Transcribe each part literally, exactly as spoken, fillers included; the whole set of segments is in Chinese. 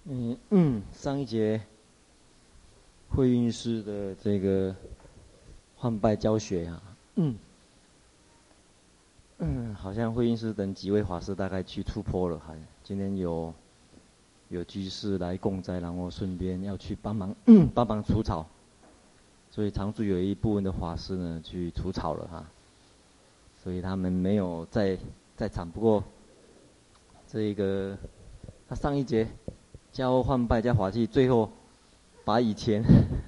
嗯嗯，上一节慧运师的这个换拜教学啊，嗯嗯，好像慧运师等几位法师大概去出坡了，还今天有有居士来供斋，然后顺便要去帮忙嗯帮忙除草，所以常住有一部分的法师呢去除草了哈，所以他们没有在在场。不过这个他上一节教换拜加法器，最后把以前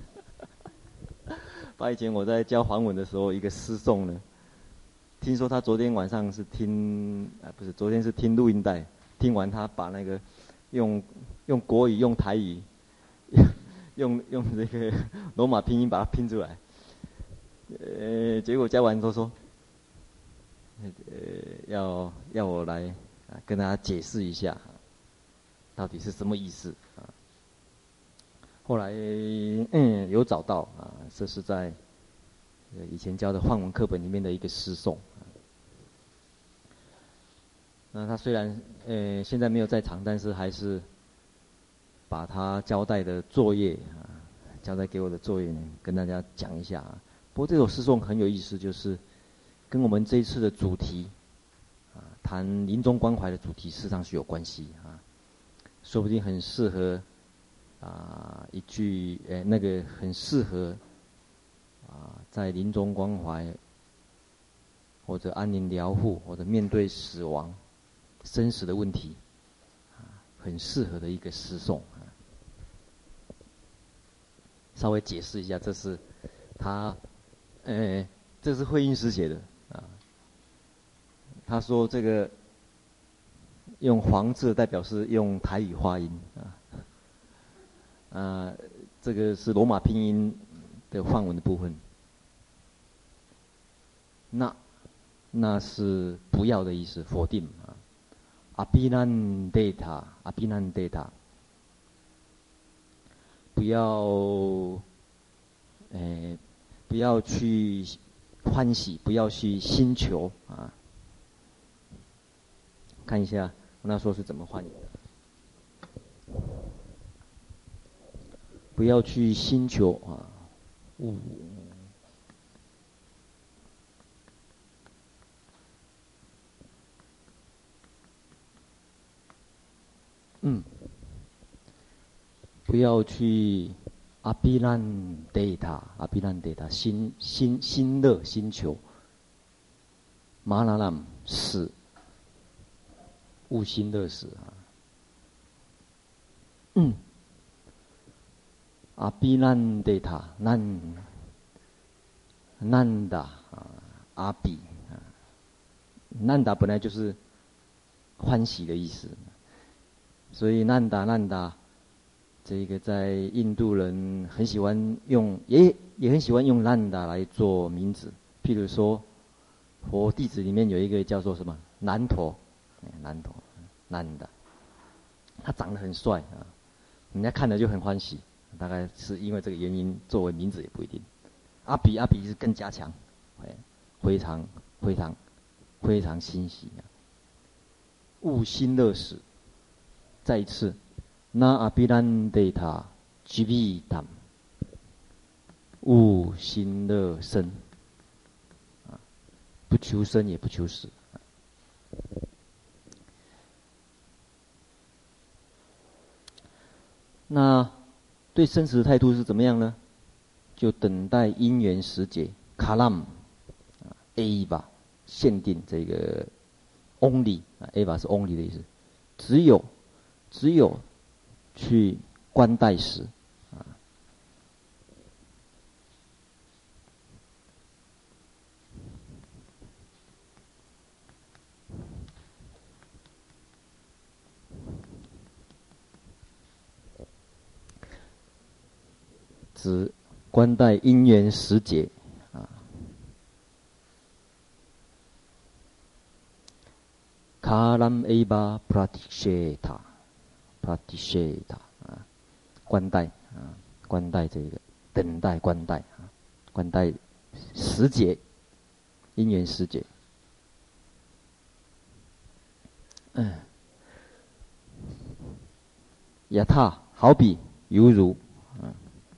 把以前我在教梵文的时候一个诗颂呢，听说他昨天晚上是听啊不是昨天是听录音带，听完他把那个用用国语用台语用用这个罗马拼音把它拼出来，呃结果教完之后说，呃要要我来啊跟大家解释一下，到底是什么意思啊？后来嗯有找到啊，这是在呃以前教的梵文课本里面的一个诗颂。那他虽然呃现在没有在场，但是还是把他交代的作业啊，交代给我的作业呢，跟大家讲一下啊。不过这首诗颂很有意思，就是跟我们这一次的主题啊，谈临终关怀的主题，事实上是有关系啊，说不定很适合啊一句呃那个很适合啊在临终关怀或者安宁疗护或者面对死亡生死的问题，啊，很适合的一个诗颂啊。稍微解释一下，这是他，呃，这是慧音师写的啊。他说这个用黄字代表是用台语发音啊，啊，这个是罗马拼音的梵文的部分。那那是不要的意思，否定啊。阿比南德塔，阿比南德塔，不要，诶、不要去欢喜，不要去心求啊。看一下我那时候是怎么翻译的，不要去心求啊。勿嗯，不要去阿比兰德塔，阿比兰德塔，心心心乐心求，马拉兰死，勿心乐死啊。嗯，阿比兰德塔，难难达啊，阿比啊，难达本来就是欢喜的意思，所以难达难达。这个在印度人很喜欢用，也也很喜欢用难达来做名字。譬如说，佛弟子里面有一个叫做什么南陀，南陀难达，他长得很帅啊，人家看了就很欢喜。大概是因为这个原因，作为名字也不一定。阿比阿比是更加强，非常非常非常欣喜啊！悟心乐死，再一次。那阿比兰德塔吉比达，勿心乐生，啊，不求生也不求死。那对生死的态度是怎么样呢？就等待因缘时节，卡拉姆啊 ，A 吧，限定这个 only 啊 ，A 吧是 only 的意思，只有只有。去观待时，啊，指观待因缘时节，啊，卡兰 A 巴 pratishtha pratishtha 啊，观待啊，观待这个，等待观待啊，观待时节，因缘时节，嗯。 亚他好比犹如，啊，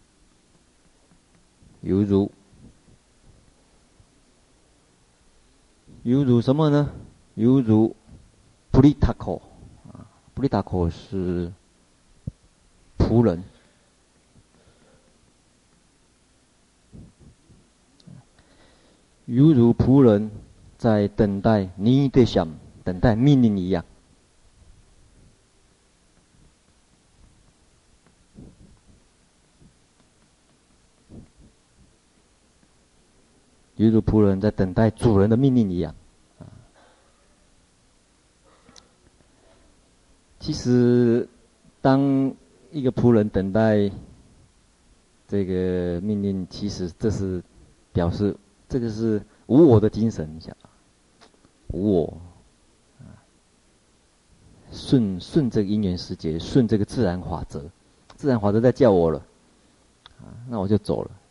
犹如，犹如什么呢？犹如布利塔口，啊，布利塔口是仆人，犹如仆人在等待尼对想，等待命令一样。犹如仆人在等待主人的命令一样。其实，当一个仆人等待这个命令，其实这是表示这个是无我的精神，你想，无我，顺顺这个因缘世界，顺这个自然法则，自然法则在叫我了，啊，那我就走了。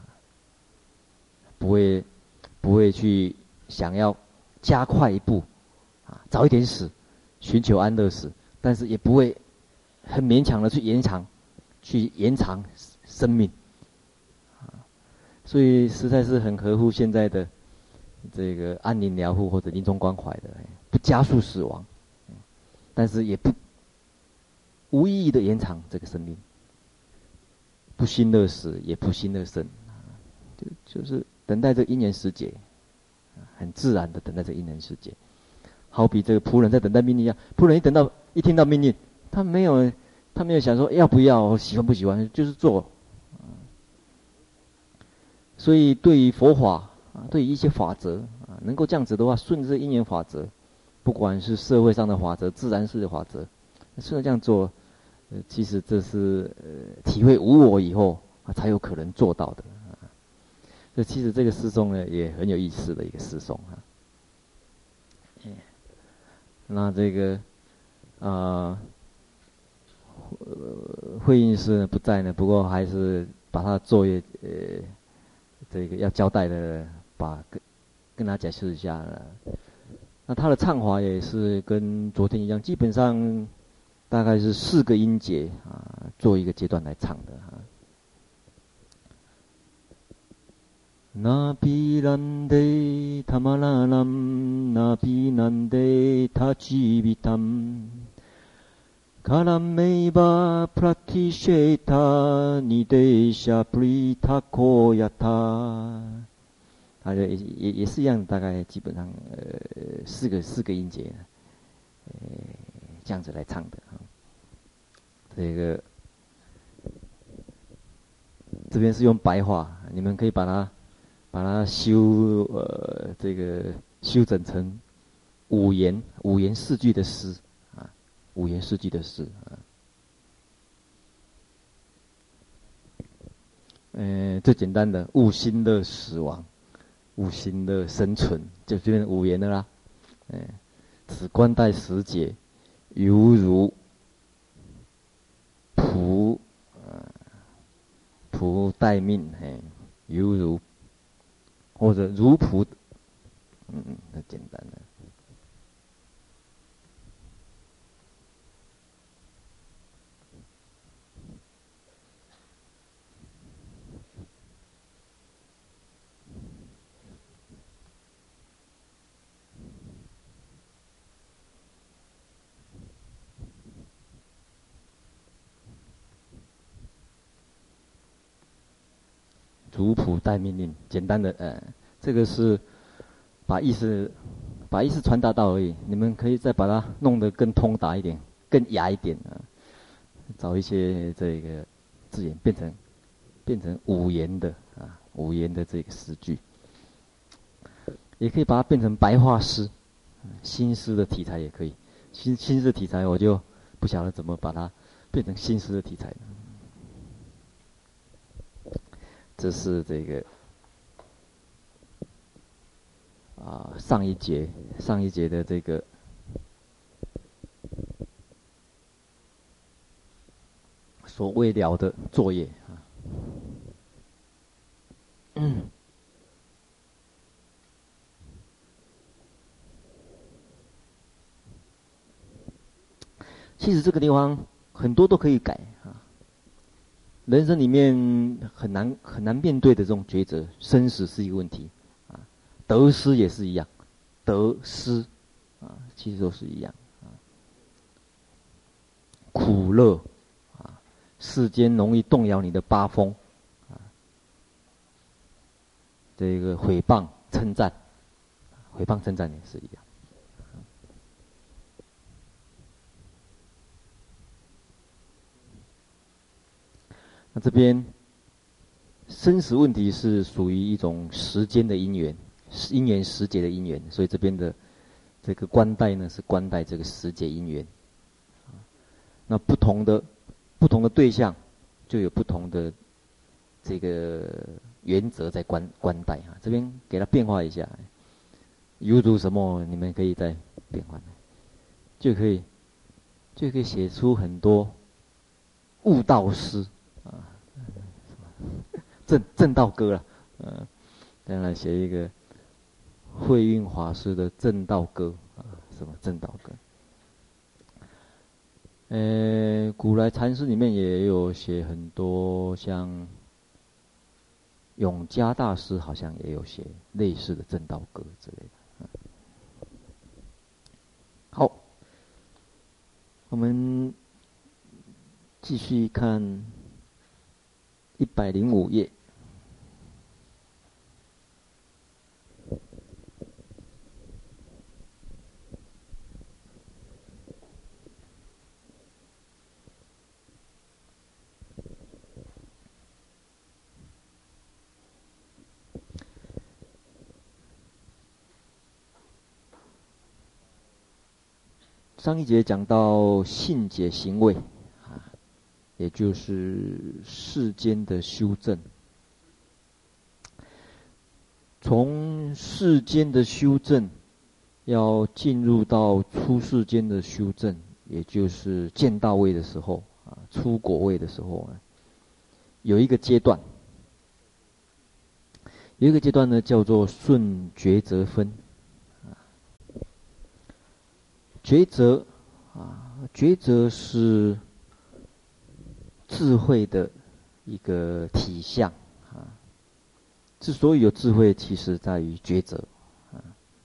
不会，不会去想要加快一步，啊，早一点死，寻求安乐死，但是也不会很勉强的去延长，去延长生命，啊，所以实在是很合乎现在的这个安宁疗护或者临终关怀的，不加速死亡，但是也不无意义的延长这个生命，不心乐死，也不心乐生，就就是。等待这因缘时节，很自然的等待这因缘时节，好比这个仆人在等待命令一样。仆人一等到一听到命令，他没有他没有想说要不要，喜欢不喜欢，就是做。所以对于佛法啊，对于一些法则啊，能够这样子的话，顺着因缘法则，不管是社会上的法则、自然式的法则，顺着这样做，呃，其实这是呃体会无我以后啊，才有可能做到的。这其实这个诗颂呢，也很有意思的一个诗颂哈。那这个啊，呃，慧印师不在呢，不过还是把他的作业呃，这个要交代的，把跟跟他解释一下了。那他的唱法也是跟昨天一样，基本上大概是四个音节啊，做一个阶段来唱的哈。Nabi lande tamalanam, nabi nande tajivitam, kalameva pratisheta nidesha pritakoyata。它也也也是一样，大概基本上呃四个四个音节，呃这样子来唱的啊。这个这边是用白话，你们可以把它。把它修呃这个修整成五言五言四句的诗啊，五言四句的诗啊。呃，最简单的悟心乐死亡，悟心乐生存，就这边五言的啦。哎，此观待时节，犹如仆呃仆待命，嘿，犹如。或者如仆，嗯嗯，很简单的。如仆待命令，简单的，呃，这个是把意思把意思传达到而已。你们可以再把它弄得更通达一点，更雅一点啊，找一些这个字眼变成变成五言的啊，五言的这个诗句，也可以把它变成白话诗，新诗的题材也可以。新新诗的题材我就不晓得怎么把它变成新诗的题材。这是这个啊、呃、上一节上一节的这个所未了的作业啊。嗯，其实这个地方很多都可以改啊。人生里面很难很难面对的这种抉择，生死是一个问题啊，得失也是一样，得失啊，其实都是一样啊。苦乐啊，世间容易动摇你的八风啊，这个毁谤称赞，毁谤称赞也是一样。那这边生死问题是属于一种时间的因缘，因缘时节的因缘，所以这边的这个关带呢是关带这个时节因缘。那不同的不同的对象，就有不同的这个原则在关关带哈。这边给它变化一下，犹如什么，你们可以再变换，就可以就可以写出很多悟道诗啊，正正道歌了，呃，当然写一个慧运法师的正道歌啊，什么正道歌？呃，古来禅师里面也有写很多，像永嘉大师好像也有写类似的正道歌之类的。好，我们继续看一百零五页。上一节讲到性解行位啊，也就是世间的修正。从世间的修正，要进入到出世间的修正，也就是见到位的时候啊，出果位的时候呢，有一个阶段，有一个阶段呢叫做顺抉择分。抉择啊，抉择是智慧的一个体相啊。之所以有智慧，其实在于抉择啊。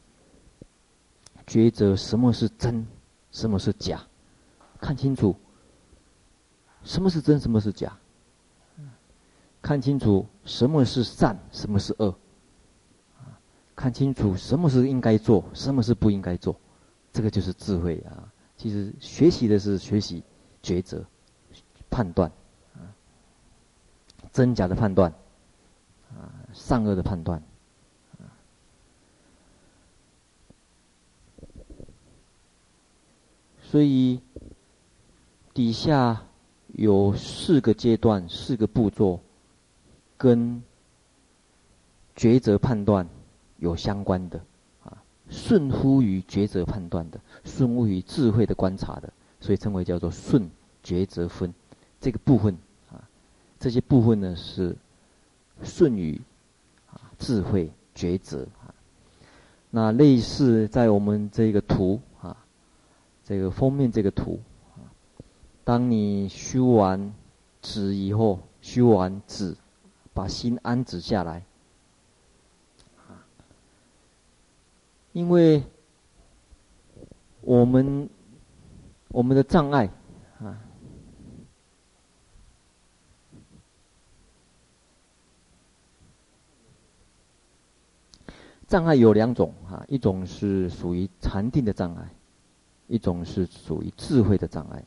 抉择什么是真，什么是假，看清楚什么是真，什么是假，看清楚什么是善，什么是恶，看清楚什么是应该做，什么是不应该做。这个就是智慧啊！其实学习的是学习抉择、判断啊，真假的判断啊，善恶的判断啊。所以底下有四个阶段、四个步骤，跟抉择判断有相关的。顺乎于抉择判断的，顺乎于智慧的观察的，所以称为叫做顺抉择分。这个部分啊，这些部分呢是顺于啊智慧抉择啊。那类似在我们这个图啊，这个封面这个图啊，当你修完止以后，修完止，把心安止下来。因为我们我们的障碍啊，障碍有两种啊，一种是属于禅定的障碍，一种是属于智慧的障碍。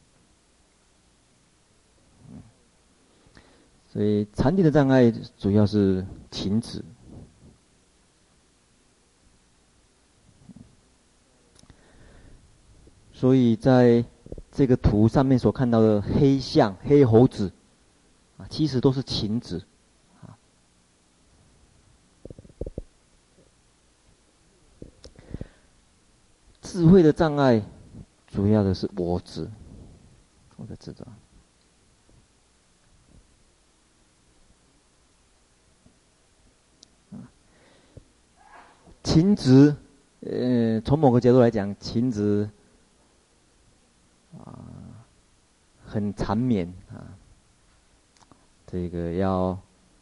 所以禅定的障碍主要是停止。所以在这个图上面所看到的黑象、黑猴子，啊，其实都是禽子，啊。智慧的障碍，主要的是我执，我的执着。禽子，呃，从某个角度来讲，禽子。啊， 很缠绵啊，这个要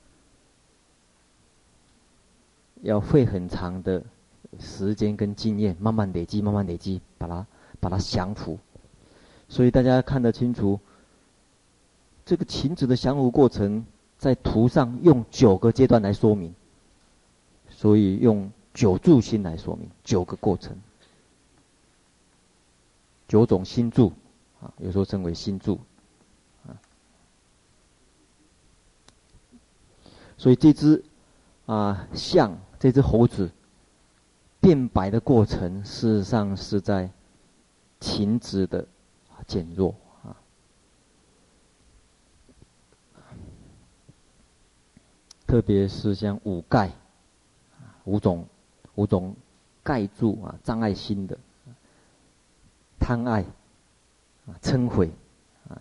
要费很长的时间跟经验，慢慢累积，慢慢累积，把它把它降服。所以大家看得清楚，这个情执的降服过程，在图上用九个阶段来说明，所以用九住心来说明九个过程，九种心住啊，有时候称为心住啊。所以这只啊象，这只猴子变白的过程，事实上是在情执的减弱啊。特别是像五盖，五种五种盖住啊障碍心的贪爱啊、嗔恚啊、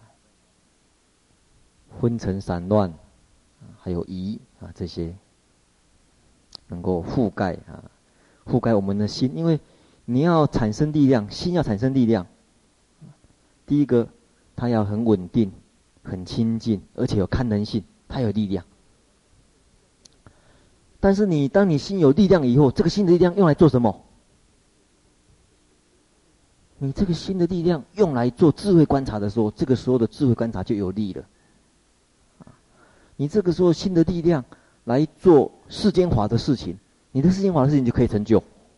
昏沉散乱啊，还有疑啊，这些能够覆盖啊，覆盖我们的心。因为你要产生力量，心要产生力量，第一个它要很稳定、很清净，而且有堪能性，它有力量。但是你当你心有力量以后，这个心的力量用来做什么？你这个心的力量用来做智慧观察的时候，这个时候的智慧观察就有力了。你这个时候心的力量来做世间法的事情，你的世间法的事情就可以成就。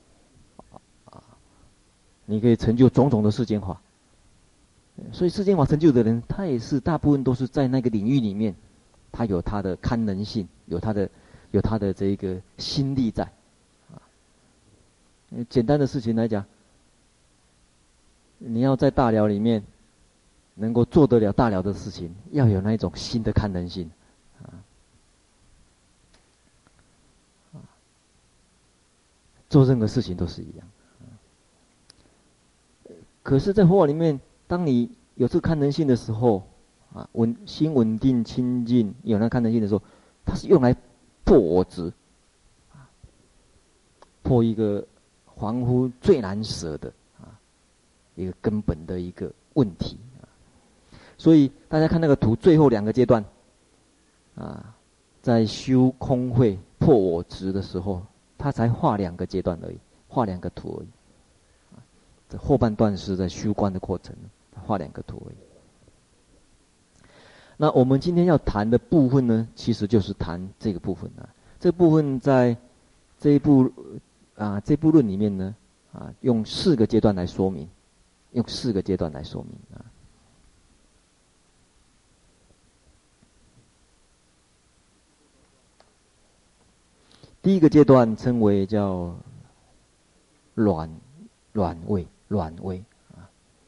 你可以成就种种的世间法。所以世间法成就的人，他也是大部分都是在那个领域里面，他有他的堪能性，有他的有他的这个心力在。啊，简单的事情来讲，你要在大寮里面能够做得了大寮的事情，要有那一种心的堪能性。啊，做任何事情都是一样。可是，在佛法里面，当你有这个堪能性的时候，啊，稳心稳定清净，有那堪能性的时候，它是用来破我执，破一个凡夫最难舍的啊一个根本的一个问题啊。所以大家看那个图，最后两个阶段，啊，在修空慧破我执的时候，他才画两个阶段而已，画两个图而已。这后半段是在修观的过程，画两个图而已。那我们今天要谈的部分呢，其实就是谈这个部分啊。这部分在这一部啊这部论里面呢，啊用四个阶段来说明，用四个阶段来说明啊。第一个阶段称为叫软软位，软位啊。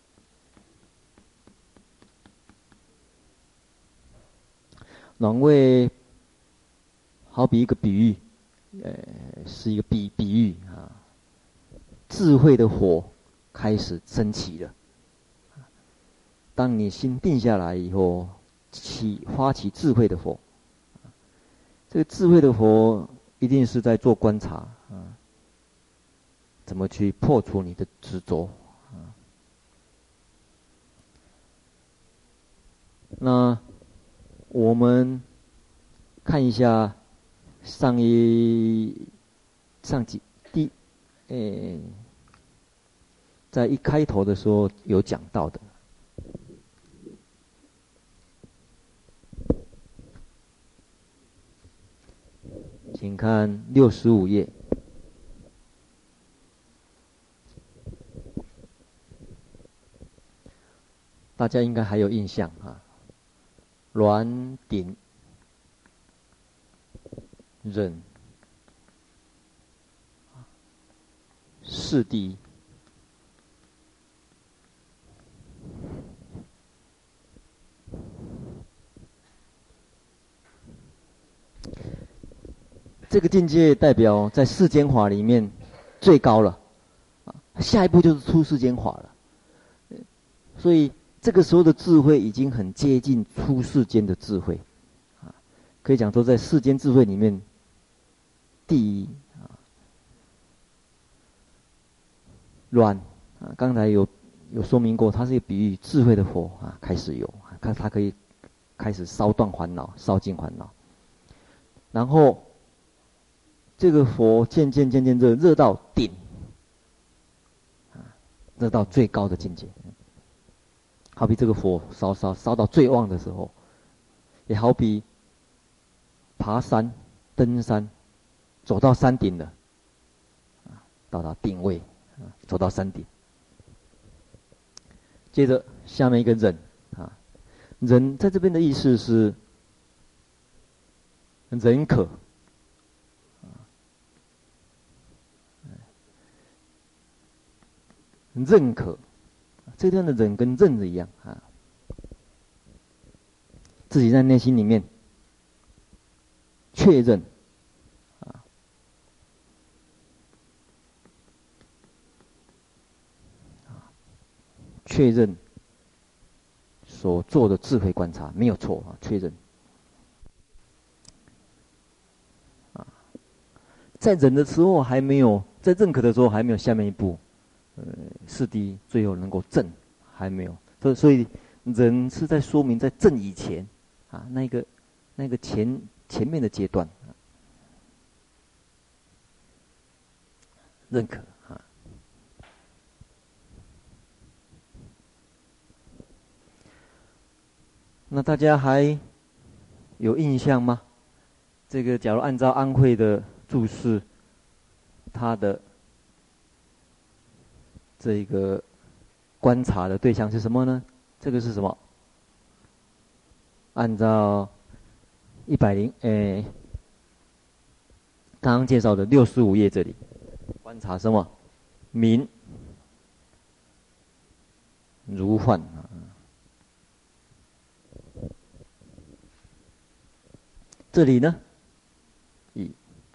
软位好比一个比喻，呃，是一个比比喻啊。智慧的火开始升起了。当你心定下来以后，起发起智慧的火，这个智慧的火一定是在做观察啊，怎么去破除你的执着啊？那我们看一下上一上几第诶，在一开头的时候有讲到的，请看六十五页。大家应该还有印象啊，软顶忍四第一。这个境界代表在世间法里面最高了，下一步就是出世间法了。所以这个时候的智慧已经很接近出世间的智慧，啊，可以讲说在世间智慧里面第一啊。软啊，刚才有有说明过，它是一个比喻智慧的火啊，开始有看它可以开始烧断烦恼，烧尽烦恼。然后这个火渐渐渐渐热，热到顶，啊，热到最高的境界。好比这个火烧烧烧到最旺的时候，也好比爬山、登山，走到山顶了，啊，到达定位，啊，走到山顶。接着下面一个忍，啊，忍在这边的意思是忍可，认可。这段的忍跟认字一样啊，自己在内心里面确认啊，确认所做的智慧观察没有错啊，确认啊，在忍的时候还没有，在认可的时候还没有下面一步。呃，四谛最后能够证，还没有，所以所以人是在说明在证以前，啊，那个那个前前面的阶段，啊，认可啊。那大家还有印象吗？这个假如按照安慧的注释，他的这个观察的对象是什么呢？这个是什么？按照一百零诶，刚刚介绍的六十五页这里，观察什么？明如幻啊。这里呢，以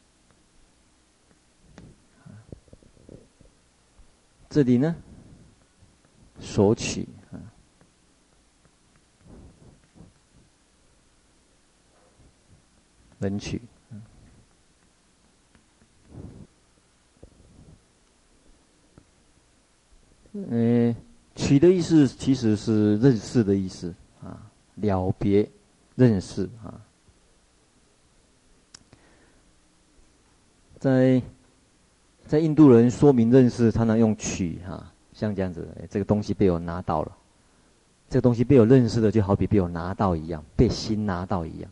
这里呢，索取啊，人取。呃，取的意思其实是认识的意思啊，了别、认识啊。在在印度人说明认识，常常用取哈，像这样子，这个东西被我拿到了，这个东西被我认识的，就好比被我拿到一样，被心拿到一样。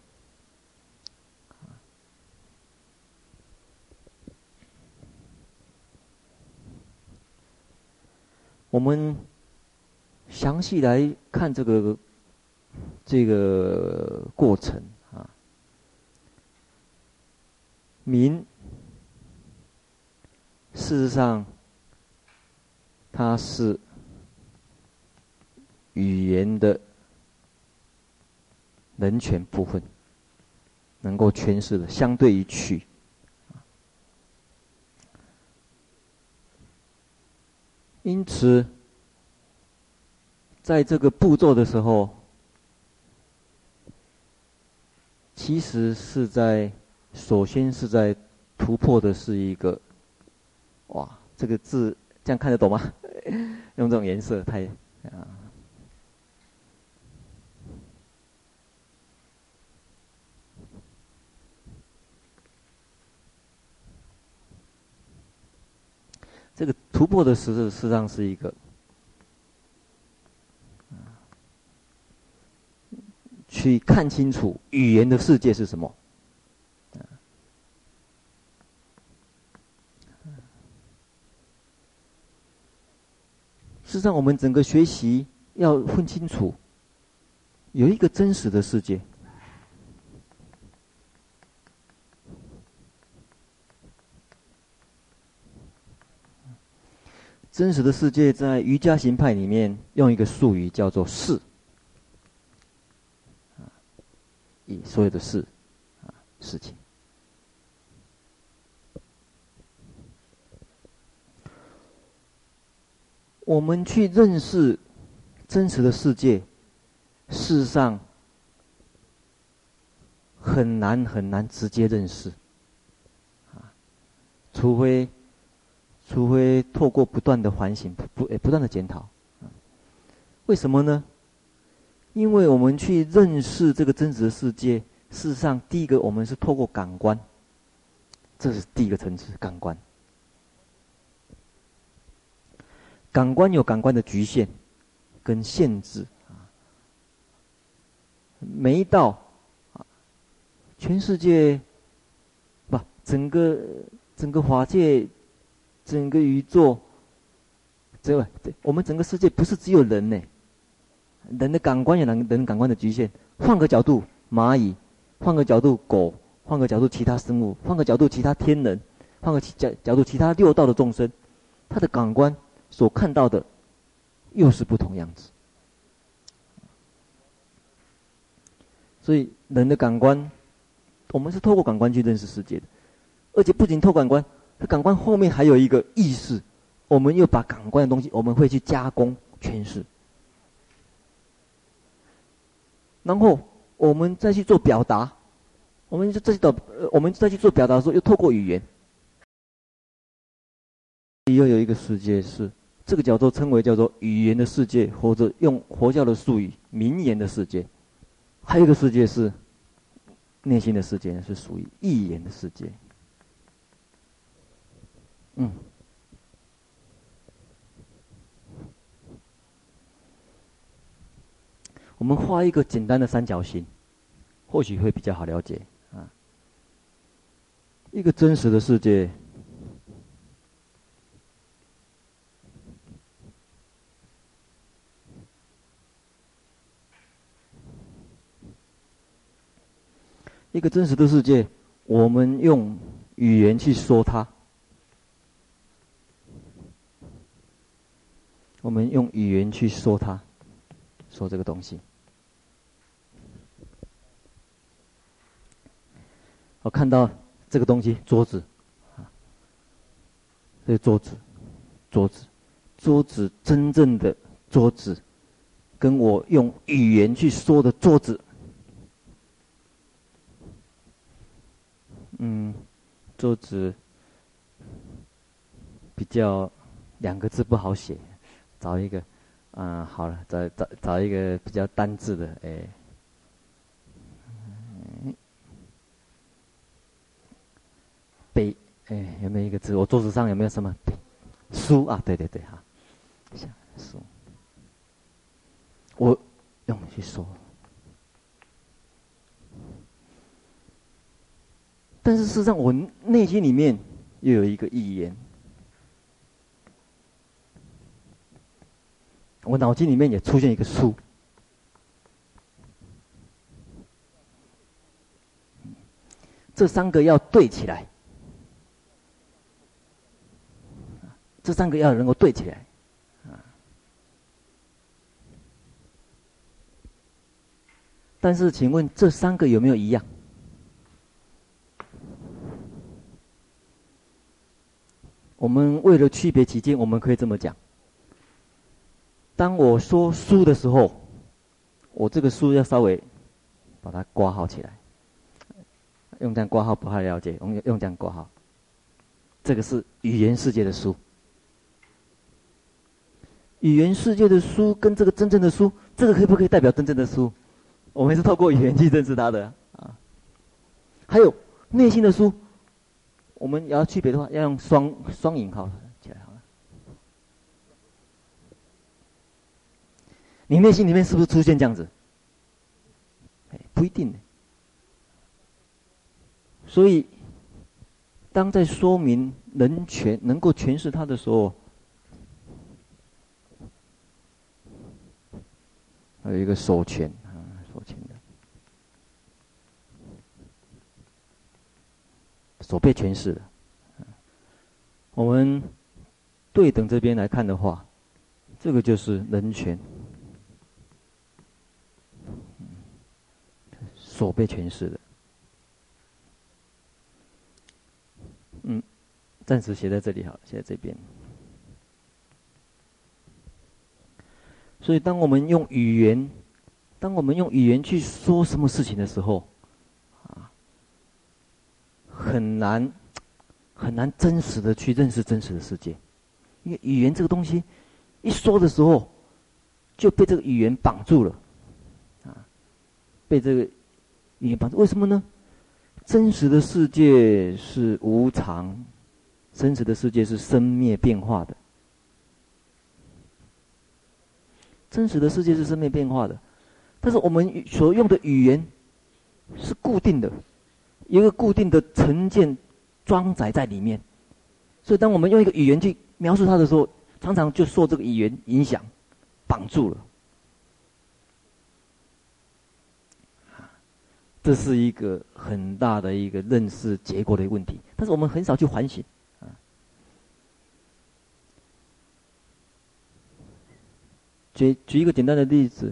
我们详细来看这个这个过程啊，明事实上它是语言的人权部分能够诠释的，相对于取。因此，在这个步骤的时候，其实是在首先是在突破的是一个，哇，这个字这样看得懂吗？用这种颜色太啊，这个突破的实质实际上是一个。去看清楚语言的世界是什么。事实上，我们整个学习要分清楚，有一个真实的世界。真实的世界在瑜伽行派里面用一个术语叫做事。以所有的事啊事情，我们去认识真实的世界，事实上很难很难直接认识啊，除非除非透过不断的反省，不不不断的检讨。为什么呢？ 因为我们去认识这个真实的世界，事实上，第一个我们是透过感官，这是第一个层次，感官。感官有感官的局限跟限制啊，每一道啊，全世界不，整个整个法界，整个宇宙，这个我们整个世界不是只有人呢，人的感官有人人感官的局限。换个角度，蚂蚁；换个角度，狗；换个角度，其他生物；换个角度，其他天人；换个角角度，其他六道的众生，他的感官所看到的又是不同样子。所以人的感官，我们是透过感官去认识世界的，而且不仅透过感官，它感官后面还有一个意识，我们又把感官的东西，我们会去加工诠释，然后我们再去做表达，我们就再去做，我们再去做表达的时候，又透过语言，又有一个世界是这个叫做称为叫做语言的世界，或者用佛教的术语名言的世界。还有一个世界是内心的世界，是属于意言的世界。嗯，我们画一个简单的三角形，或许会比较好了解啊。一个真实的世界，一个真实的世界，我们用语言去说它，我们用语言去说它，说这个东西。我看到这个东西，桌子，啊，这个桌子，桌子，桌子，真正的桌子，跟我用语言去说的桌子。嗯，桌子比较两个字不好写，找一个，啊、呃，好了，找找找一个比较单字的，哎，杯，哎，有没有一个字？我桌子上有没有什么？书啊，对对对，哈，书，我用去说。但是事实上，我内心里面又有一个意言，我脑筋里面也出现一个书，这三个要对起来，这三个要能够对起来，但是，请问这三个有没有一样？我们为了区别起见，我们可以这么讲：当我说书的时候，我这个书要稍微把它挂号起来，用这样挂号不太了解，用用这样挂号。这个是语言世界的书，语言世界的书跟这个真正的书，这个可不可以代表真正的书？我们是透过语言去认识它的啊。还有内心的书。我们要区别的话，要用双双引号起来好了。你内心里面是不是出现这样子？哎，不一定。所以，当在说明人权能够诠释它的时候，还有一个授权啊，授权的。所被诠释的，我们对等这边来看的话，这个就是人权所被诠释的。嗯，暂时写在这里好了，写在这边。所以，当我们用语言，当我们用语言去说什么事情的时候，很难很难真实的去认识真实的世界，因为语言这个东西一说的时候就被这个语言绑住了， 被这个语言绑住。为什么呢？真实的世界是无常，真实的世界是生灭变化的。真实的世界是生灭变化的，但是我们所用的语言是固定的，有一个固定的成见装载在里面。所以当我们用一个语言去描述它的时候，常常就受这个语言影响，绑住了。这是一个很大的一个认识结果的问题，但是我们很少去反省。啊，举举一个简单的例子，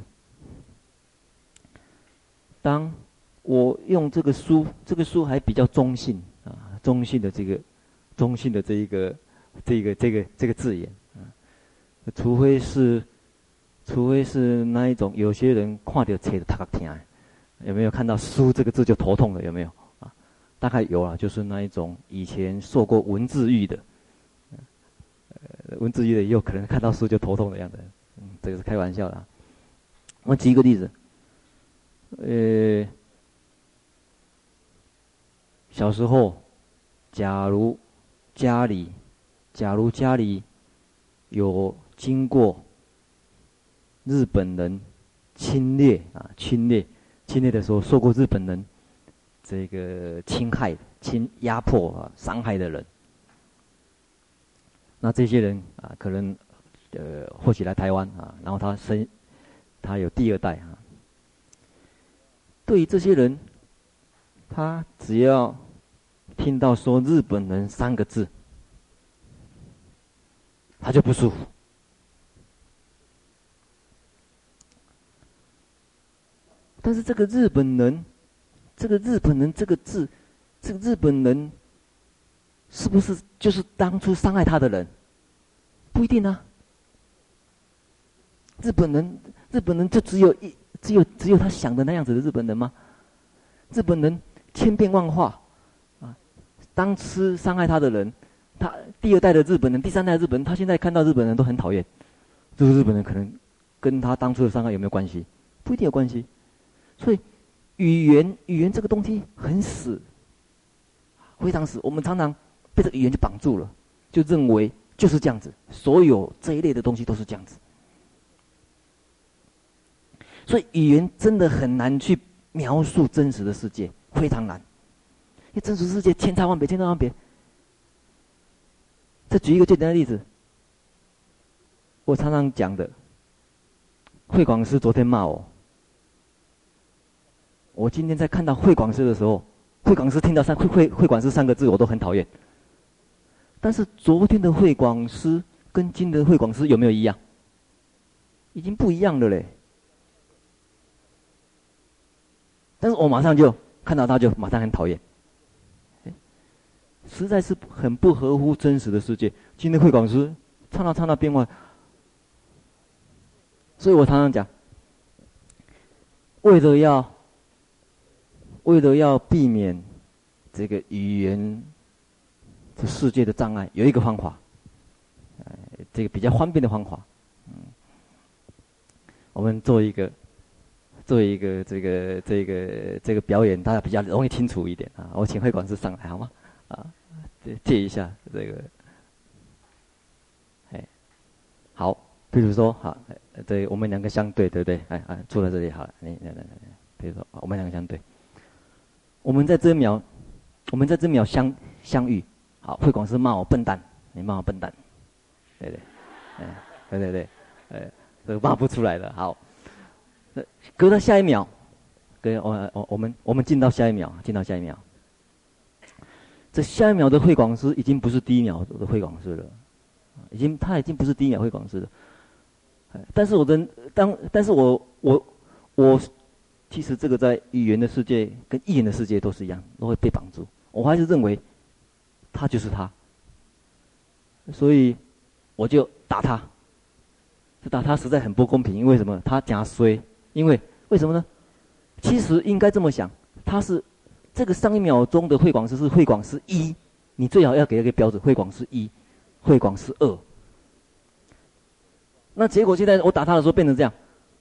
当我用这个书，这个书还比较中性啊，中性的这个，中性的这一个，这个这个这个字眼啊，除非是，除非是那一种有些人看到册就他个听。有没有看到“书”这个字就头痛了？有没有啊？大概有啊，就是那一种以前受过文字狱的，呃，文字狱的也有可能看到书就头痛的样子。嗯，这个是开玩笑的啊。我举一个例子，呃，小时候，假如家里，假如家里有经过日本人侵略啊，侵略。侵略的时候受过日本人这个侵害、侵压迫啊、伤害的人，那这些人啊，可能呃或许来台湾啊，然后他生他有第二代啊。对于这些人，他只要听到说日本人三个字，他就不舒服。但是这个日本人，这个日本人这个字，这个日本人，是不是就是当初伤害他的人？不一定啊。日本人，日本人就只有一，只有只有他想的那样子的日本人吗？日本人千变万化，啊，当初伤害他的人，他第二代的日本人，第三代的日本人，他现在看到日本人都很讨厌。这个日本人可能跟他当初的伤害有没有关系？不一定有关系。所以，语言语言这个东西很死，非常死。我们常常被这个语言就绑住了，就认为就是这样子，所有这一类的东西都是这样子。所以，语言真的很难去描述真实的世界，非常难。因为真实世界千差万别，千差万别。再举一个最简单的例子，我常常讲的，慧广师昨天骂我。我今天在看到慧广师的时候，慧广师听到三慧慧慧广师三个字，我都很讨厌。但是昨天的慧广师跟今天的慧广师有没有一样？已经不一样了嘞。但是我马上就看到他，就马上很讨厌，实在是很不合乎真实的世界。今天慧广师刹那刹那变化，所以我常常讲，为了要。为了要避免这个语言这世界的障碍，有一个方法，呃，这个比较方便的方法，嗯，我们做一个做一个这个这个这个表演，大家比较容易清楚一点啊。我请慧广师上来好吗？啊，借一下这个，哎，好，比如说好，对我们两个相对，对不对？哎哎，坐在这里好了，你来来来，比如说我们两个相对。我们在这秒，我们在这秒相相遇。好，慧广师骂我笨蛋，你骂我笨蛋，对对，哎，对对对，哎，这骂不出来了。好，隔到下一秒，隔我我我们我们进到下一秒，进到下一秒。这下一秒的慧广师已经不是第一秒的慧广师了，已经他已经不是第一秒慧广师了。但是我的当，但是我我我。其实这个在语言的世界跟意言的世界都是一样，都会被绑住。我还是认为，他就是他，所以我就打他。这打他实在很不公平，因为什么？他假衰，因为为什么呢？其实应该这么想，他是这个上一秒钟的慧广师是慧广师一，你最好要给一个标准，慧广师一，慧广师二。那结果现在我打他的时候变成这样。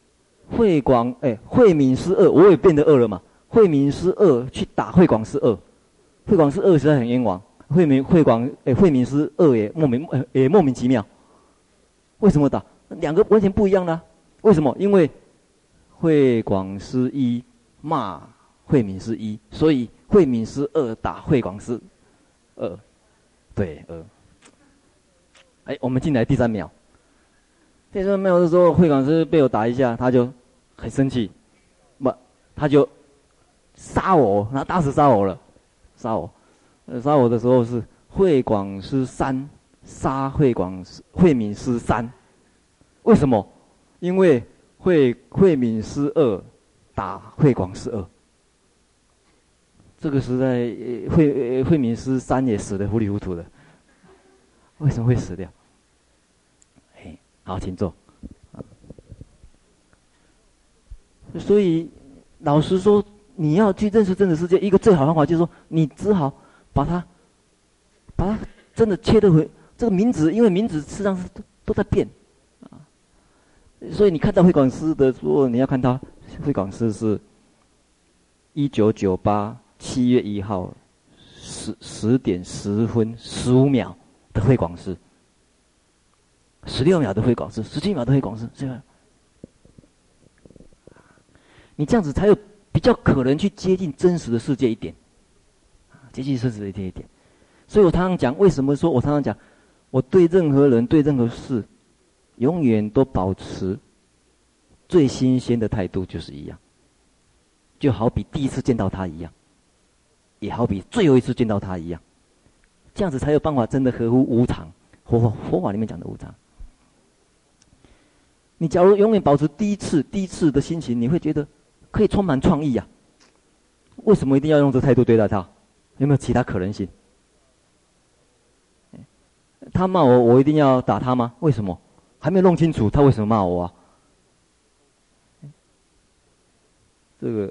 慧广哎，慧敏师二，我也变得二了嘛。慧敏师二去打慧广师二，慧广师二实在很冤枉。慧敏慧广哎，慧敏师二也莫名呃也莫名其妙。为什么打？两个完全不一样呢？为什么？因为慧广师一骂慧敏师一，所以慧敏师二打慧广师二，对二。哎，我们进来第三秒，第三秒的时候，慧广师被我打一下，他就很生气，不，他就杀我，他打死杀我了，杀我，呃，杀我的时候是慧广师三杀慧广师慧敏师三，为什么？因为慧慧敏师二打慧广师二，这个时代慧慧敏师三也死得糊里糊涂的，为什么会死掉？哎，好，请坐。所以老实说，你要去认识真实世界，一个最好的方法就是说，你只好把它，把它真的切得回这个名字，因为名字实际上是都都在变，啊，所以你看到慧广师的时候，你要看到慧广师是一九九八七月一号十十点十分十五秒的慧广师，十六秒的慧广师，十七秒的慧广师，这样。你这样子才有比较可能去接近真实的世界一点，接近真实的世界一点。所以我常常讲，为什么说我常常讲，我对任何人、对任何事，永远都保持最新鲜的态度，就是一样。就好比第一次见到他一样，也好比最后一次见到他一样，这样子才有办法真的合乎无常，佛法佛法里面讲的无常。你假如永远保持第一次、第一次的心情，你会觉得可以充满创意啊！为什么一定要用这态度对待他？有没有其他可能性？他骂我，我一定要打他吗？为什么？还没有弄清楚他为什么骂我啊？这个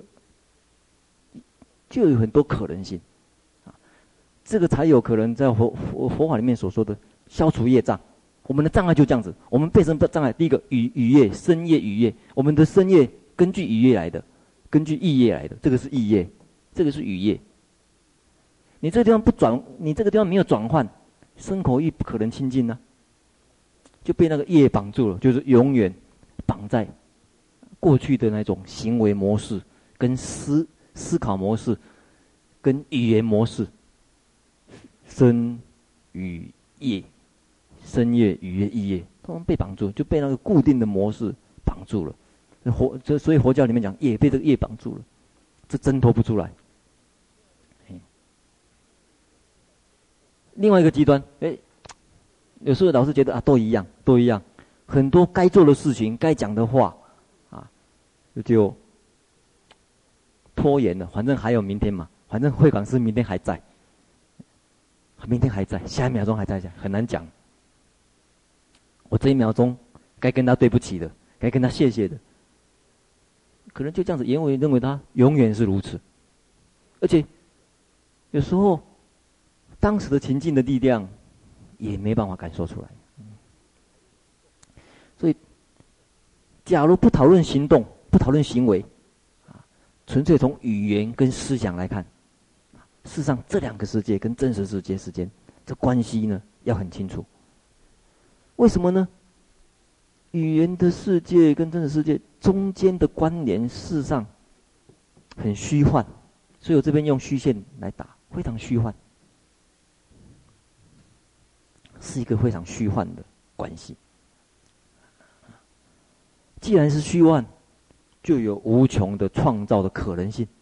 就有很多可能性啊！这个才有可能在佛佛佛法里面所说的消除业障。我们的障碍就这样子，我们背什么障碍？第一个语语业，身业语业，我们的身业根据语业来的，根据意业来的，这个是意业，这个是语业。你这个地方不转，你这个地方没有转换，身口意不可能清净呢，就被那个业绑住了，就是永远绑在过去的那种行为模式、跟思思考模式、跟语言模式，身语业。身业、语业、意业，通通被绑住，就被那个固定的模式绑住了。佛这所以佛教里面讲，业被这个业绑住了，这挣脱不出来。另外一个极端，哎，有时候老是觉得啊，都一样，都一样，很多该做的事情、该讲的话，啊，就拖延了。反正还有明天嘛，反正慧广师明天还在，明天还在，下一秒钟还在，很难讲。我这一秒钟该跟他对不起的，该跟他谢谢的，可能就这样子，因为认为他永远是如此，而且有时候当时的情境的力量也没办法感受出来。所以，假如不讨论行动，不讨论行为，啊，纯粹从语言跟思想来看，事实上这两个世界跟真实世界之间这关系呢，要很清楚。为什么呢？语言的世界跟真实世界中间的关联，事实上很虚幻，所以我这边用虚线来打，非常虚幻，是一个非常虚幻的关系。既然是虚幻，就有无穷的创造的可能性。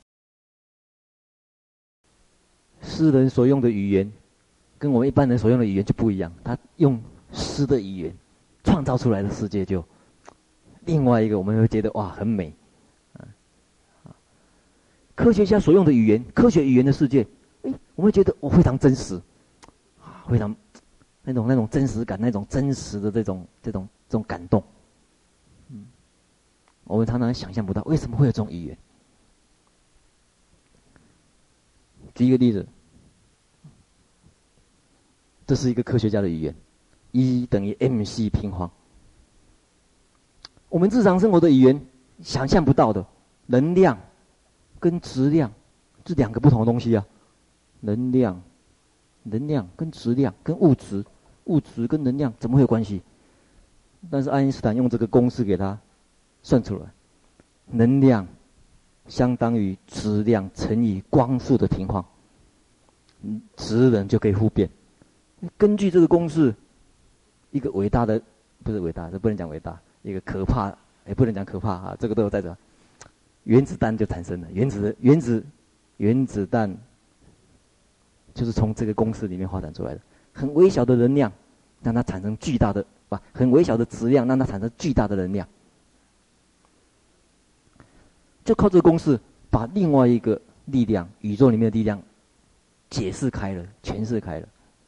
诗人所用的语言，跟我们一般人所用的语言就不一样，他用诗的语言创造出来的世界就另外一个，我们会觉得哇很美，啊，科学家所用的语言，科学语言的世界，哎，我们会觉得我、哦、非常真实，啊，非常那种那种真实感，那种真实的这种这种这种感动，嗯，我们常常想象不到为什么会有这种语言。举一个例子，这是一个科学家的语言。E 等于 mc 平方。我们日常生活的语言想象不到的能量跟质量，这两个不同的东西啊。能量，能量跟质量跟物质，物质跟能量怎么会有关系？但是爱因斯坦用这个公式给他算出来，能量相当于质量乘以光速的平方，质能就可以互变。根据这个公式，一个伟大的，不是伟大，这不能讲伟大，一个可怕，也不能讲可怕啊，这个都有在这，原子弹就产生了。原子原子原子弹就是从这个公式里面发展出来的，很微小的能量让它产生巨大的，不，很微小的质量让它产生巨大的能量，就靠这个公式把另外一个力量，宇宙里面的力量解释开了，诠释开了。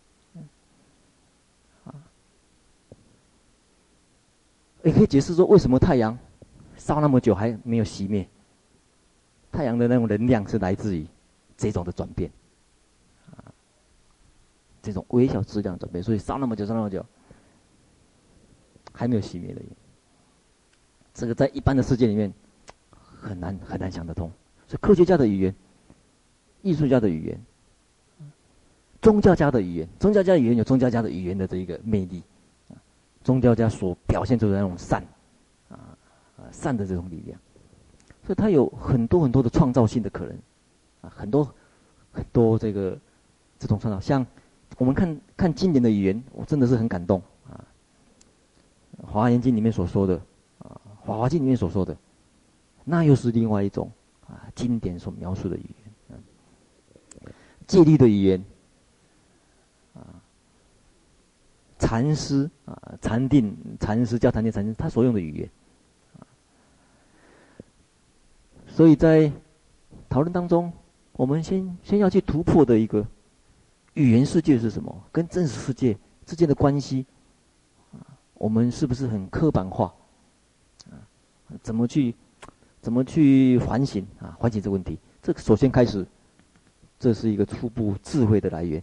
也可以解释说，为什么太阳烧那么久还没有熄灭？太阳的那种能量是来自于这种的转变，啊，这种微小质量转变，所以烧那么久，烧那么久，还没有熄灭的。这个在一般的世界里面很难很难想得通。所以科学家的语言、艺术家的语言、宗教家的语言，宗教家的语言有宗教家的语言的这一个魅力。宗教家所表现出的那种善，啊啊善的这种力量，所以它有很多很多的创造性的可能，啊很多很多这个这种创造，像我们看看经典的语言，我真的是很感动啊。《华严经》里面所说的，啊《法华经》里面所说的，那又是另外一种啊经典所描述的语言，啊、戒律的语言。禅师啊，禅定禅师叫禅定禅师，他所用的语言，所以在讨论当中，我们先先要去突破的一个语言世界是什么，跟真实世界之间的关系，我们是不是很刻板化？啊，怎么去怎么去反省啊？反省这个问题，这个首先开始，这是一个初步智慧的来源。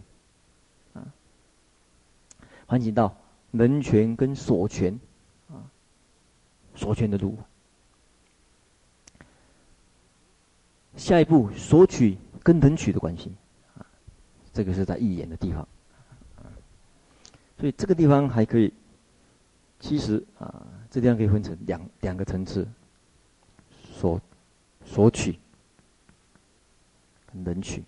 反省到人权跟所权，啊，所权的路。下一步，索取跟人取的关系，啊，这个是在义言的地方，啊，所以这个地方还可以，其实啊，这地方可以分成两两个层次，索索取跟人取。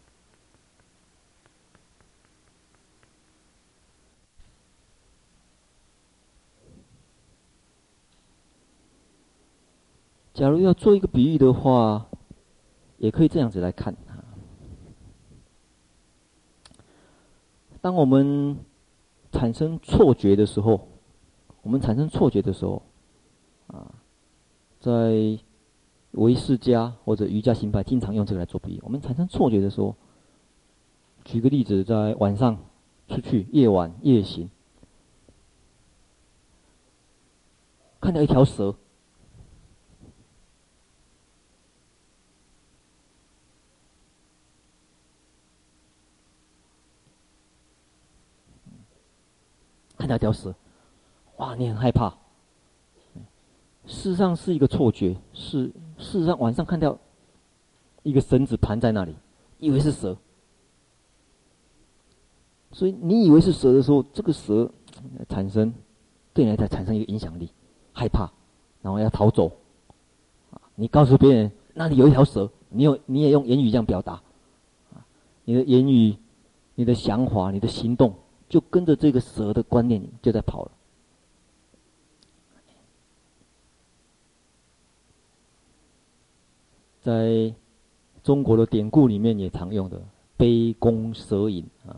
假如要做一个比喻的话，也可以这样子来看啊。当我们产生错觉的时候，我们产生错觉的时候，啊，在唯识家或者瑜伽行派经常用这个来做比喻。我们产生错觉的时候，举个例子，在晚上出去夜晚夜行，看到一条蛇。看到一条蛇，哇，你很害怕。事实上是一个错觉，是事实上晚上看到一个绳子盘在那里，以为是蛇。所以你以为是蛇的时候，这个蛇产生对你来讲产生一个影响力，害怕，然后要逃走。你告诉别人那里有一条蛇，你有你也用言语这样表达，你的言语、你的想法、你的行动。就跟着这个蛇的观念就在跑了。在中国的典故里面也常用的杯弓蛇影啊。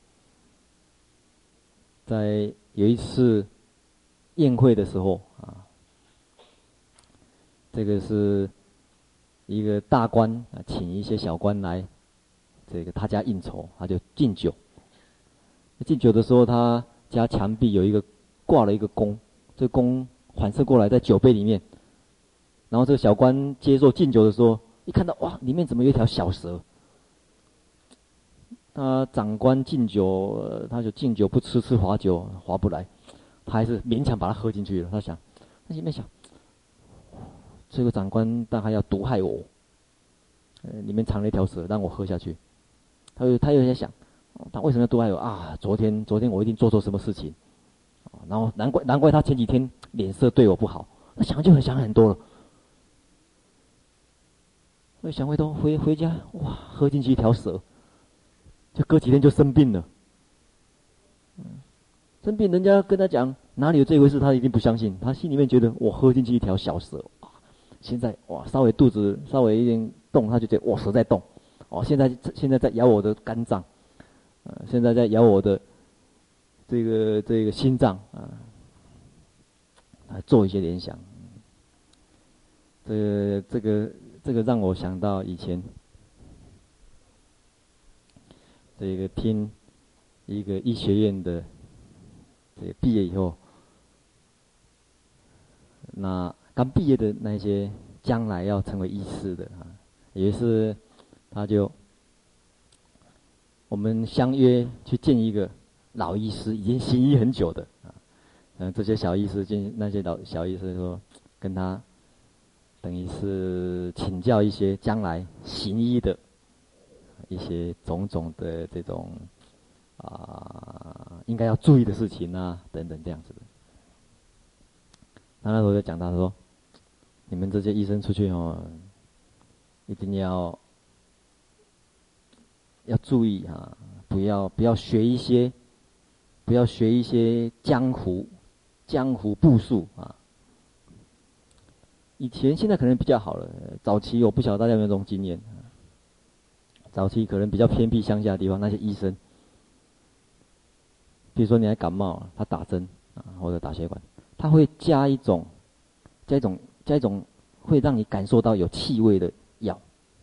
在有一次宴会的时候啊，这个是一个大官啊，请一些小官来这个他家应酬，他就敬酒。敬酒的时候，他家墙壁有一个挂了一个弓，这个弓反射过来在酒杯里面。然后这个小官接受敬酒的时候，一看到哇，里面怎么有一条小蛇？他长官敬酒，呃、他就敬酒不吃吃划酒划不来，他还是勉强把它喝进去了。他想，他心里面想， 这个长官大概要毒害我，呃，里面藏了一条蛇让我喝下去。他又他又在想，他为什么要毒害我啊？昨天昨天我一定做错什么事情，然后难怪难怪他前几天脸色对我不好。那想就很想很多了。所以想回头回回家，哇，喝进去一条蛇，就隔几天就生病了。生病人家跟他讲哪里有这回事，他一定不相信，他心里面觉得我喝进去一条小蛇，现在哇稍微肚子稍微一点动，他就觉得哇蛇在动，哦现在现在在咬我的肝脏，呃现在在咬我的这个这个心脏啊，啊做一些联想，这个这个这个让我想到以前这个听一个医学院的这个毕业以后，那刚毕业的那些将来要成为医师的啊，也是他就我们相约去见一个老医师，已经行医很久的啊，嗯，这些小医师见那些老小医师说跟他等于是请教一些将来行医的一些种种的这种啊应该要注意的事情啊等等这样子的。他那时候就讲他说，你们这些医生出去哦，一定要要注意啊，不要不要学一些，不要学一些江湖江湖步术啊。以前现在可能比较好了，早期我不晓得大家有没有这种经验。早期可能比较偏僻乡下的地方，那些医生，比如说你还感冒，他打针啊或者打血管，他会加一种加一种加一种会让你感受到有气味的药，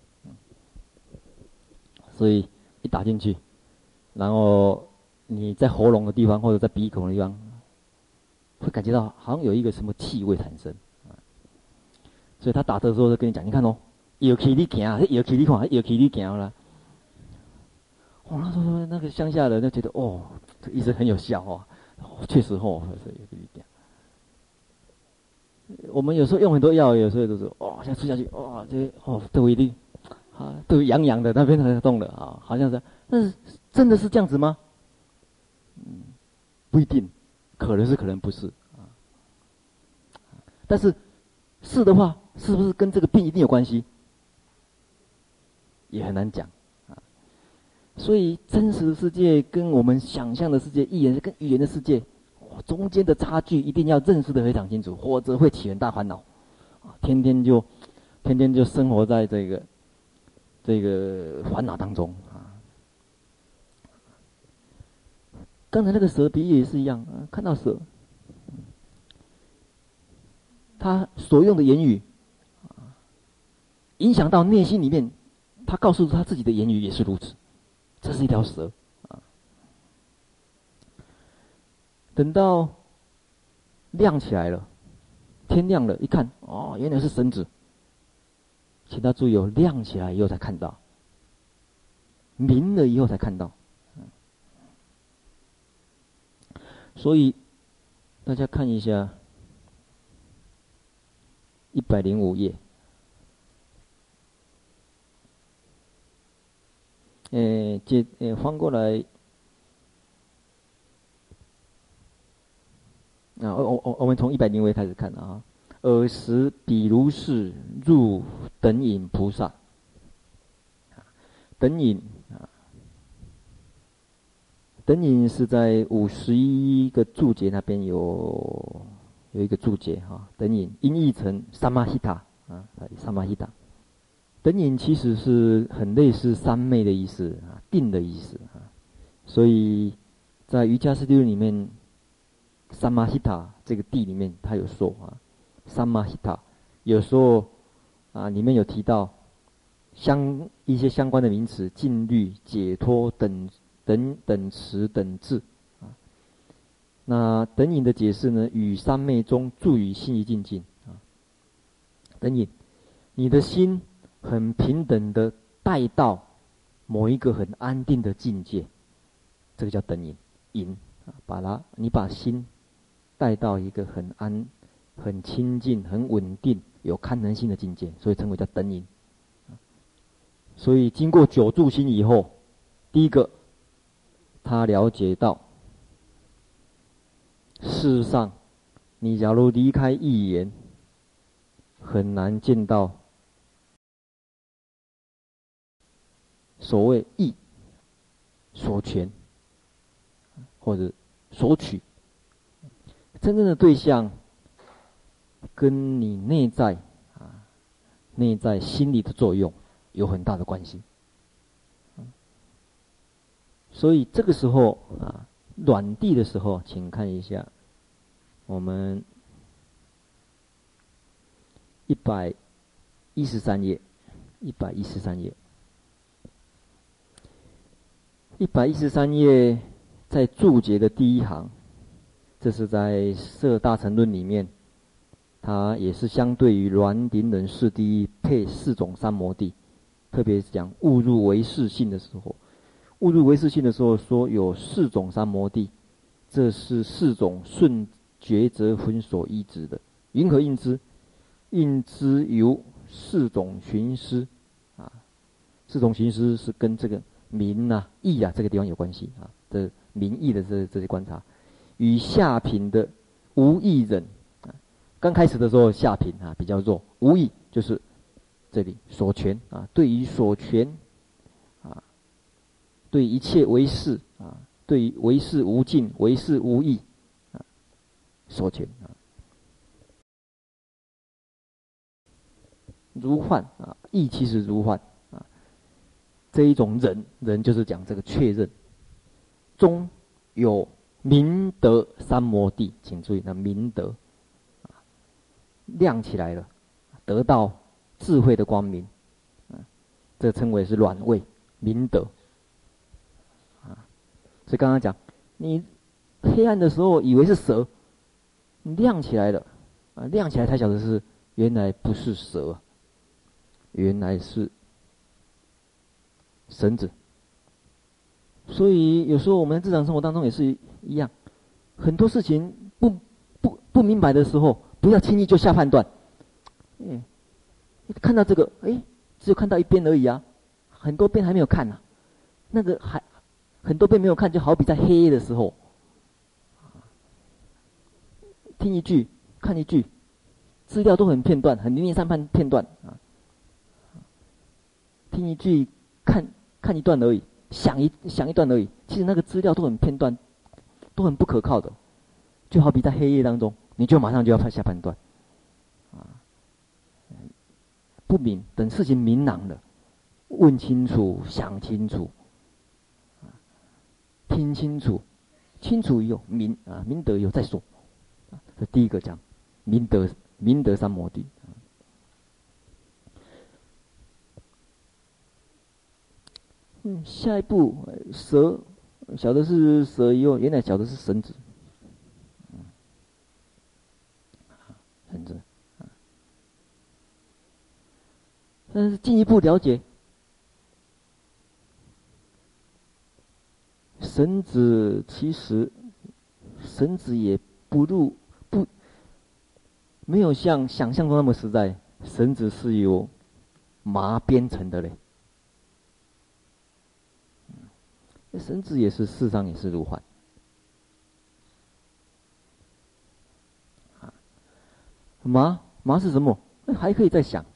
所以一打进去，然后你在喉咙的地方或者在鼻孔的地方，会感觉到好像有一个什么气味产生，所以他打的时候就跟你讲，你看哦，药气你行，药气你看，药气你行啦。哇，那时候那个乡下人就觉得哦，这医生很有效哦，哦确实哦，所以跟你讲，我们有时候用很多药，有时候都是哦，现在吃下去，哇，这哦都一定啊，都痒痒的，那边很痛的啊，好像是，但是真的是这样子吗？嗯，不一定，可能是，可能不是啊。但是是的话，是不是跟这个病一定有关系？也很难讲。所以真实的世界跟我们想象的世界，意言跟语言的世界，中间的差距一定要认识得非常清楚，或者会起很大烦恼。天天就，天天就生活在这个，这个烦恼当中啊。刚才那个蛇比喻也是一样，啊、看到蛇，他所用的言语，啊，影响到内心里面，他告诉他自己的言语也是如此。这是一条蛇啊！等到亮起来了，天亮了，一看，哦，原来是绳子。请他注意哦，亮起来以后才看到，明了以后才看到。所以大家看一下一百零五页。诶，接诶翻过来，啊，我我我们从一百零五页开始看啊。尔时比如是入等引菩萨，等引啊，等引是在五十一个注解那边有有一个注解哈，等引音译成萨玛希塔啊，萨玛希塔。等引其实是很类似三昧的意思啊，定的意思啊，所以在瑜伽师地论里面，三玛希塔这个地里面，他有说啊，三玛希塔有时候啊，里面有提到相一些相关的名词，禁律、解脱等等等词等字啊。那等引的解释呢，与三昧中住于心一境境啊。等引，你的心很平等的带到某一个很安定的境界，这个叫等引。引啊，把它你把心带到一个很安很清净、很稳定、有堪能性的境界，所以称为叫灯音。所以经过九住心以后，第一个，他了解到，事实上，你假如离开一言，很难见到所谓意、所权或者所取。真正的对象跟你内在啊、内在心理的作用有很大的关系。所以这个时候啊，软地的时候，请看一下我们一百一十三页，一百一十三页，一百一十三页在注解的第一行，这是在《摄大乘论》里面，它也是相对于煖顶忍四谛配四种三摩地，特别是讲误入唯识性的时候，误入唯识性的时候说有四种三摩地，这是四种顺抉择分所依止的。云何应知？应知由四种寻思啊，四种寻思是跟这个名啊、义啊这个地方有关系啊，这名义的这这些观察，与下品的无义忍啊，刚开始的时候下品啊比较弱，无义就是这里所权啊，对于所权啊，对一切唯识啊，对于唯识无尽、唯识无义啊，所权啊。如幻啊，义其实如幻啊，这一种忍，忍就是讲这个确认，中有明德三摩地，请注意那明德啊，亮起来了，得到智慧的光明，啊，这称为是软位明德啊。所以刚刚讲，你黑暗的时候以为是蛇，亮起来了啊，亮起来才晓得是原来不是蛇。原来是绳子，所以有时候我们日常生活当中也是一样，很多事情不不不明白的时候，不要轻易就下判断。嗯，看到这个，哎，只有看到一边而已啊，很多边还没有看呢、啊。那个还很多边没有看，就好比在黑夜的时候，听一句看一句，资料都很片段，很零零散散片段啊。听一句，看看一段而已，想一想一段而已。其实那个资料都很片段，都很不可靠的。就好比在黑夜当中，你就马上就要下判断，啊，不明，等事情明朗了，问清楚，想清楚，啊，听清楚，清楚以后明啊，明德以后再说。啊，这第一个讲明德，明德三摩地。嗯，下一步蛇，小的是蛇以后，原来小的是绳子，嗯，绳子，啊，但是进一步了解，绳子其实，绳子也不入不，没有像想象中那么实在，绳子是由麻编成的嘞。绳子也是，事实上也是如幻。啊，麻麻是什么？还可以再想。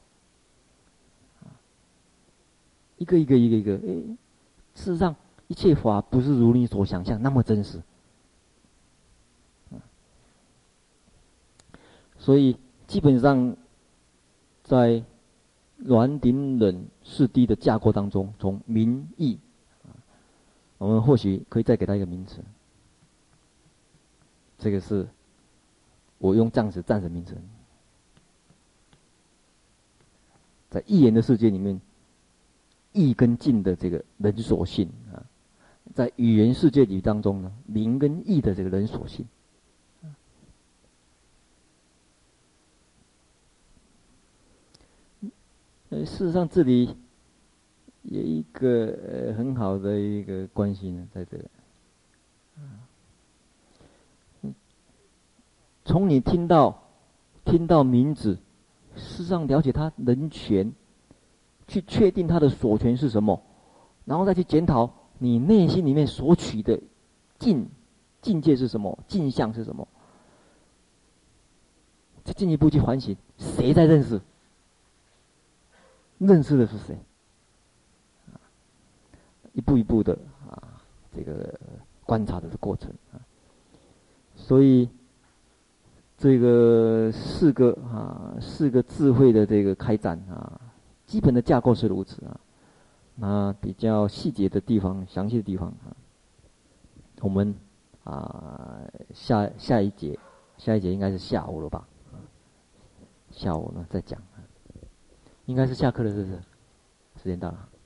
一个一个一个一个，哎，事实上一切法不是如你所想象那么真实。所以基本上，在煖顶忍四谛的架构当中，从明义。我们或许可以再给他一个名词，这个是我用这样子暂时名称，在义言的世界里面，义跟尽的这个人所性啊，在语言世界里当中呢，明跟义的这个人所性。呃，事实上这里有一个呃很好的一个关系呢，在这个，从你听到听到名字，事实上了解他人权，去确定他的所权是什么，然后再去检讨你内心里面所取的境境界是什么，境相是什么，再进一步去反省，谁在认识？认识的是谁？一步一步的啊，这个观察的过程啊，所以这个四个啊四个智慧的这个开展啊，基本的架构是如此啊。那比较细节的地方、详细的地方啊，我们啊下下一节下一节应该是下午了吧？下午呢再讲，应该是下课了，是不是？时间到了。